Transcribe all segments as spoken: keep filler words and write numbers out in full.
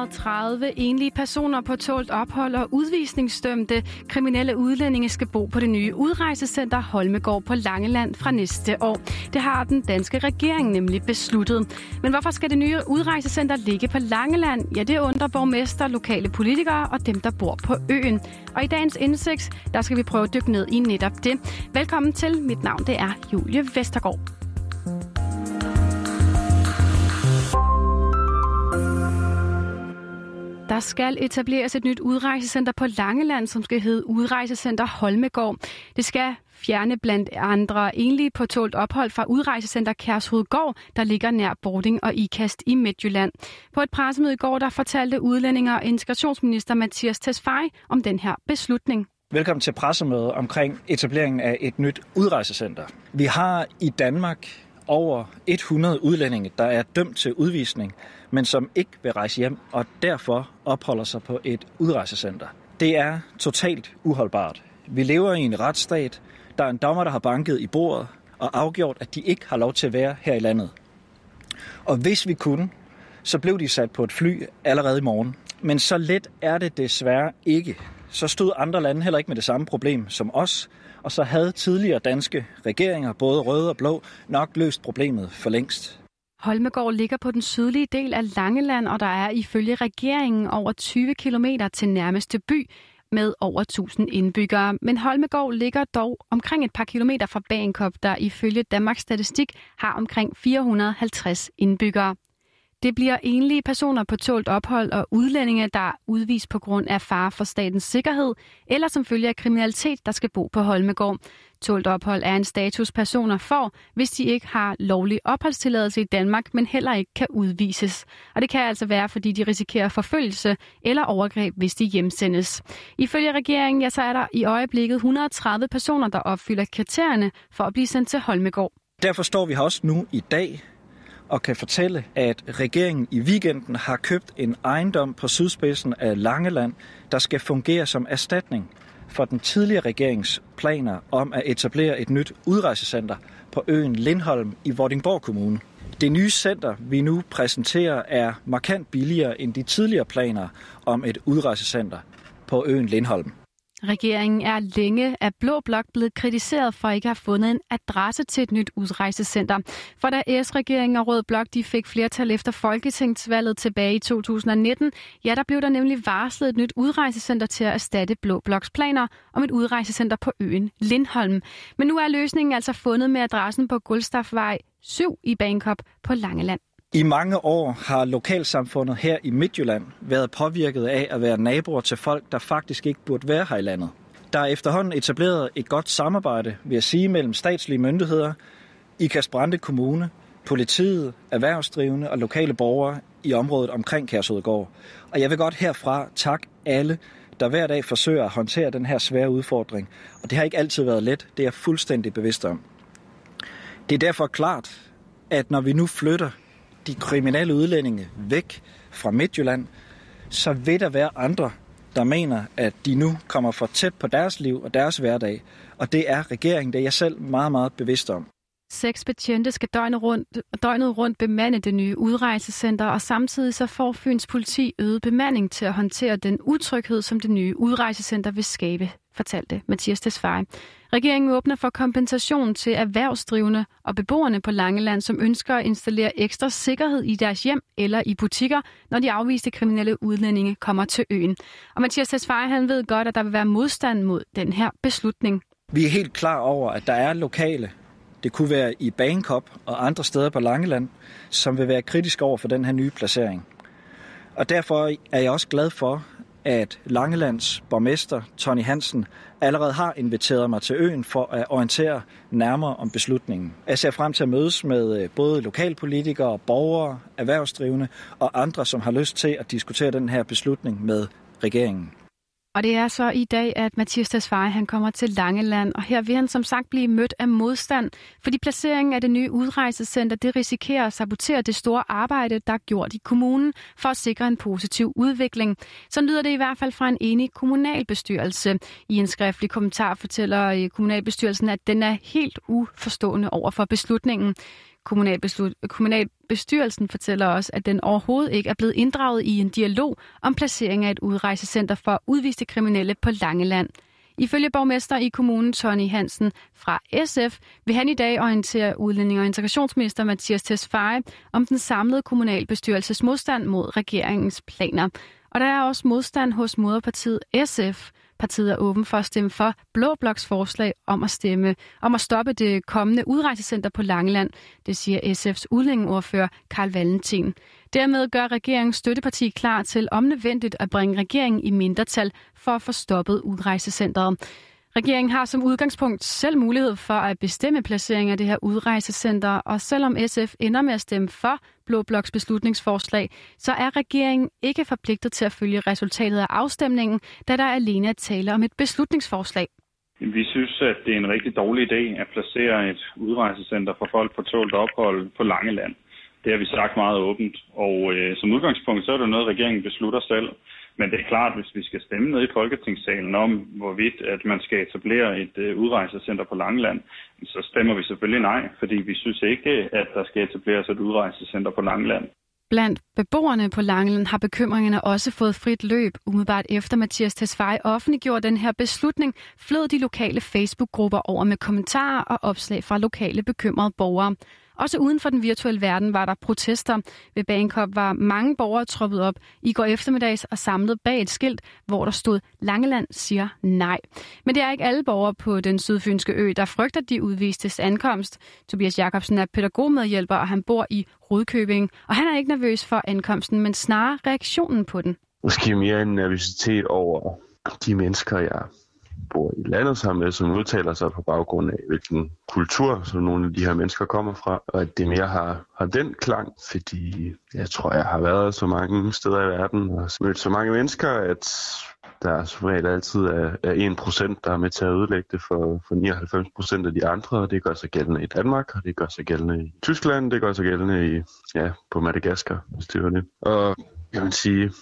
hundrede og tredive enlige personer på tålt ophold og udvisningsdømte kriminelle udlændinge skal bo på det nye udrejsecenter Holmegaard på Langeland fra næste år. Det har den danske regering nemlig besluttet. Men hvorfor skal det nye udrejsecenter ligge på Langeland? Ja, det undrer borgmester, lokale politikere og dem, der bor på øen. Og i dagens indsigt, der skal vi prøve at dykke ned i netop det. Velkommen til. Mit navn det er Julie Vestergaard. Der skal etableres et nyt udrejsecenter på Langeland, som skal hedde Udrejsecenter Holmegaard. Det skal fjerne blandt andre enlige på tålt ophold fra Udrejsecenter Kærshovedgård, der ligger nær Bording og Ikast i Midtjylland. På et pressemøde i går, der fortalte udlændinge- og integrationsminister Mattias Tesfaye om den her beslutning. Velkommen til pressemødet omkring etableringen af et nyt udrejsecenter. Vi har i Danmark over hundrede udlændinge, der er dømt til udvisning, men som ikke vil rejse hjem og derfor opholder sig på et udrejsecenter. Det er totalt uholdbart. Vi lever i en retsstat. Der er en dommer, der har banket i bordet og afgjort, at de ikke har lov til at være her i landet. Og hvis vi kunne, så blev de sat på et fly allerede i morgen. Men så let er det desværre ikke. Så stod andre lande heller ikke med det samme problem som os, og så havde tidligere danske regeringer, både røde og blå, nok løst problemet for længst. Holmegaard ligger på den sydlige del af Langeland, og der er ifølge regeringen over tyve kilometer til nærmeste by med over tusind indbyggere. Men Holmegaard ligger dog omkring et par kilometer fra Bagenkop, der ifølge Danmarks Statistik har omkring fire hundrede og halvtreds indbyggere. Det bliver enlige personer på tålt ophold og udlændinge, der er udvist på grund af fare for statens sikkerhed, eller som følge af kriminalitet, der skal bo på Holmegaard. Tålt ophold er en status, personer får, hvis de ikke har lovlig opholdstilladelse i Danmark, men heller ikke kan udvises. Og det kan altså være, fordi de risikerer forfølgelse eller overgreb, hvis de hjemsendes. Ifølge regeringen, ja, så er der i øjeblikket et hundrede og tredive personer, der opfylder kriterierne for at blive sendt til Holmegaard. Derfor står vi her også nu i dag og kan fortælle, at regeringen i weekenden har købt en ejendom på sydspidsen af Langeland, der skal fungere som erstatning for den tidligere regerings planer om at etablere et nyt udrejsecenter på øen Lindholm i Vordingborg Kommune. Det nye center, vi nu præsenterer, er markant billigere end de tidligere planer om et udrejsecenter på øen Lindholm. Regeringen er længe af Blå Blok blevet kritiseret for ikke at have fundet en adresse til et nyt udrejsecenter. For da S-regeringen og Rød Blok de fik flertal efter folketingsvalget tilbage i to tusind og nitten, ja, der blev der nemlig varslet et nyt udrejsecenter til at erstatte Blå Bloks planer om et udrejsecenter på øen Lindholm. Men nu er løsningen altså fundet med adressen på Guldstafvej syv i Bagenkop på Langeland. I mange år har lokalsamfundet her i Midtjylland været påvirket af at være naboer til folk, der faktisk ikke burde være her i landet. Der er efterhånden etableret et godt samarbejde, vil jeg sige, mellem statslige myndigheder, Ikast-Brande Kommune, politiet, erhvervsdrivende og lokale borgere i området omkring Kærshovedgård. Og jeg vil godt herfra takke alle, der hver dag forsøger at håndtere den her svære udfordring. Og det har ikke altid været let, det er jeg fuldstændig bevidst om. Det er derfor klart, at når vi nu flytter de kriminelle udlændinge væk fra Midtjylland, så vil der være andre, der mener, at de nu kommer for tæt på deres liv og deres hverdag. Og det er regeringen, det er jeg selv meget, meget bevidst om. Seks betjente skal døgnet rundt, døgnet rundt bemande det nye udrejsecenter, og samtidig så får Fyns politi øget bemanding til at håndtere den utryghed, som det nye udrejsecenter vil skabe, fortalte Mattias Tesfaye. Regeringen åbner for kompensation til erhvervsdrivende og beboerne på Langeland, som ønsker at installere ekstra sikkerhed i deres hjem eller i butikker, når de afviste kriminelle udlændinge kommer til øen. Og Mattias Tesfaye, han ved godt, at der vil være modstand mod den her beslutning. Vi er helt klar over, at der er lokale, det kunne være i Bagenkop og andre steder på Langeland, som vil være kritisk over for den her nye placering. Og derfor er jeg også glad for, at Langelands borgmester Tony Hansen allerede har inviteret mig til øen for at orientere nærmere om beslutningen. Jeg ser frem til at mødes med både lokalpolitikere, borgere, erhvervsdrivende og andre, som har lyst til at diskutere den her beslutning med regeringen. Og det er så i dag, at Mattias Tesfaye han kommer til Langeland, og her vil han som sagt blive mødt af modstand, fordi placeringen af det nye udrejsecenter det risikerer at sabotere det store arbejde, der er gjort i kommunen for at sikre en positiv udvikling. Så lyder det i hvert fald fra en enig kommunalbestyrelse. I en skriftlig kommentar fortæller kommunalbestyrelsen, at den er helt uforstående over for beslutningen. Kommunalbestyrelsen fortæller også, at den overhovedet ikke er blevet inddraget i en dialog om placering af et udrejsecenter for udviste kriminelle på Langeland. Ifølge borgmester i kommunen Tonni Hansen fra S F vil han i dag orientere udlænding- og integrationsminister Mattias Tesfaye om den samlede kommunalbestyrelses modstand mod regeringens planer. Og der er også modstand hos moderpartiet S F. Partiet er åben for at stemme for Blå Bloks forslag om at stemme om at stoppe det kommende udrejsecenter på Langeland, det siger S F's udlændingeordfører Carl Valentin. Dermed gør regeringens støtteparti klar til om nødvendigt at bringe regeringen i mindretal for at få stoppet udrejsecenteret. Regeringen har som udgangspunkt selv mulighed for at bestemme placering af det her udrejsecenter, og selvom S F ender med at stemme for Blå Bloks beslutningsforslag, så er regeringen ikke forpligtet til at følge resultatet af afstemningen, da der alene er tale om et beslutningsforslag. Vi synes, at det er en rigtig dårlig idé at placere et udrejsecenter for folk på tålt ophold på Langeland. Det har vi sagt meget åbent, og øh, som udgangspunkt så er det noget, regeringen beslutter selv. Men det er klart, hvis vi skal stemme ned i Folketingssalen om, hvorvidt at man skal etablere et øh, udrejsecenter på Langeland, så stemmer vi selvfølgelig nej, fordi vi synes ikke, at der skal etableres et udrejsecenter på Langeland. Blandt beboerne på Langeland har bekymringerne også fået frit løb. Umiddelbart efter Mattias Tesfaye offentliggjorde den her beslutning, flød de lokale Facebook-grupper over med kommentarer og opslag fra lokale bekymrede borgere. Også uden for den virtuelle verden var der protester. Ved Bagenkop var mange borgere troppet op i går eftermiddags og samlet bag et skilt, hvor der stod Langeland siger nej. Men det er ikke alle borgere på den sydfynske ø, der frygter de udvistes ankomst. Tobias Jacobsen er pædagogmedhjælper, og han bor i Rudkøbing. Og han er ikke nervøs for ankomsten, men snarere reaktionen på den. Måske mere en nervøsitet over de mennesker, jeg bor i landet sammen med, som udtaler sig på baggrund af, hvilken kultur som nogle af de her mennesker kommer fra, og at det mere har, har den klang, fordi jeg tror, jeg har været så mange steder i verden og mødt så mange mennesker, at der som regel altid er, er en procent, der er med til at ødelægge det for, for nioghalvfems procent af de andre, og det gør sig gældende i Danmark, og det gør sig gældende i Tyskland, det gør sig gældende i, ja, på Madagaskar, hvis det var det. Og jeg vil sige,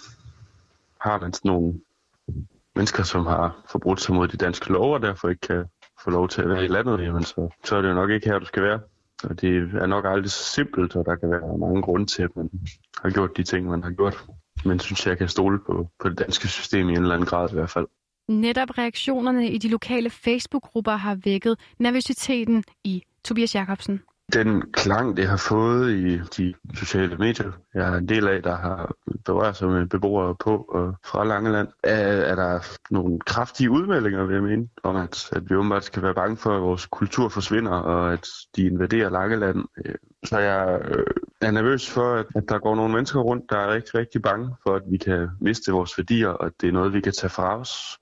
har man sådan nogle mennesker, som har forbrudt sig mod de danske love, og derfor ikke kan få lov til at være i landet, jamen så, så er det jo nok ikke her, du skal være. Og det er nok aldrig så simpelt, og der kan være mange grunde til, at man har gjort de ting, man har gjort. Men synes jeg, kan stole på, på det danske system i en eller anden grad i hvert fald. Netop reaktionerne i de lokale Facebook-grupper har vækket nervøsiteten i Tobias Jacobsen. Den klang, det har fået i de sociale medier, jeg er en del af, der har berørt sig med beboere på og fra Langeland, er, er der nogle kraftige udmeldinger, vil jeg mene, om at, at vi åbenbart skal være bange for, at vores kultur forsvinder, og at de invaderer Langeland. Så jeg er nervøs for, at, at der går nogle mennesker rundt, der er rigtig, rigtig bange for, at vi kan miste vores værdier, og at det er noget, vi kan tage fra os.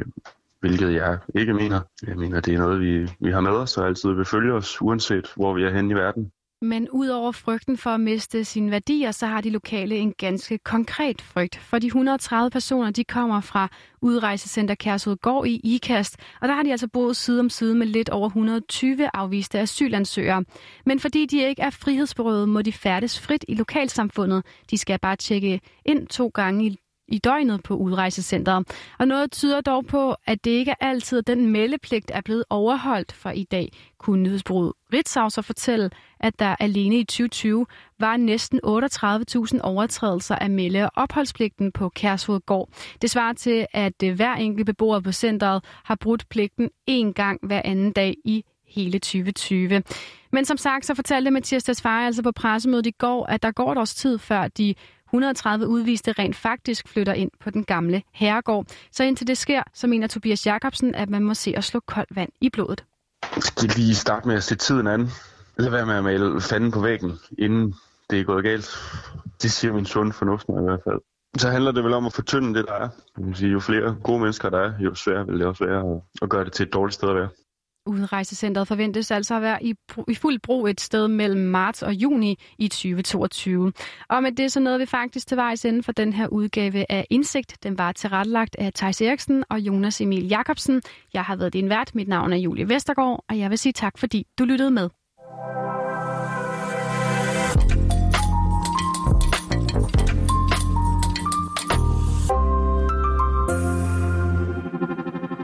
Hvilket jeg ikke mener. Jeg mener, det er noget, vi, vi har med os og altid vil følge os, uanset hvor vi er henne i verden. Men udover frygten for at miste sine værdier, så har de lokale en ganske konkret frygt. For de et hundrede og tredive personer, de kommer fra udrejsecenter Kærshovedgård i Ikast, og der har de altså boet side om side med lidt over et hundrede og tyve afviste asylansøgere. Men fordi de ikke er frihedsberøvet, må de færdes frit i lokalsamfundet. De skal bare tjekke ind to gange i i døgnet på udrejsecenteret. Og noget tyder dog på, at det ikke er altid, at den meldepligt er blevet overholdt, for i dag kunne nyhedsbureauet Ritzau så fortælle, at der alene i tyve tyve var næsten otteogtredive tusind overtrædelser af melde- og opholdspligten på Kærshovedgård. Det svarer til, at hver enkelt beboer på centret har brudt pligten én gang hver anden dag i hele tyve tyve. Men som sagt, så fortalte Mattias Tesfaye altså på pressemødet i går, at der går et års tid før de et hundrede og tredive udviste rent faktisk flytter ind på den gamle herregård. Så indtil det sker, så mener Tobias Jacobsen, at man må se at slå koldt vand i blodet. Jeg skal lige starte med at se tiden an. Lad være med at male fanden på væggen, inden det er gået galt. Det siger min sunde fornuft mig i hvert fald. Så handler det vel om at fortynde det, der er. Jeg vil sige, jo flere gode mennesker der er, jo sværere vil det også være at gøre det til et dårligt sted at være. Udrejsecentret forventes altså at være i, i fuld brug et sted mellem marts og juni i tyve toogtyve. Og med det så nåede vi faktisk til vejs ende for den her udgave af Indsigt. Den var tilrettelagt af Theis Eriksen og Jonas Emil Jacobsen. Jeg har været din vært. Mit navn er Julie Vestergaard, og jeg vil sige tak, fordi du lyttede med.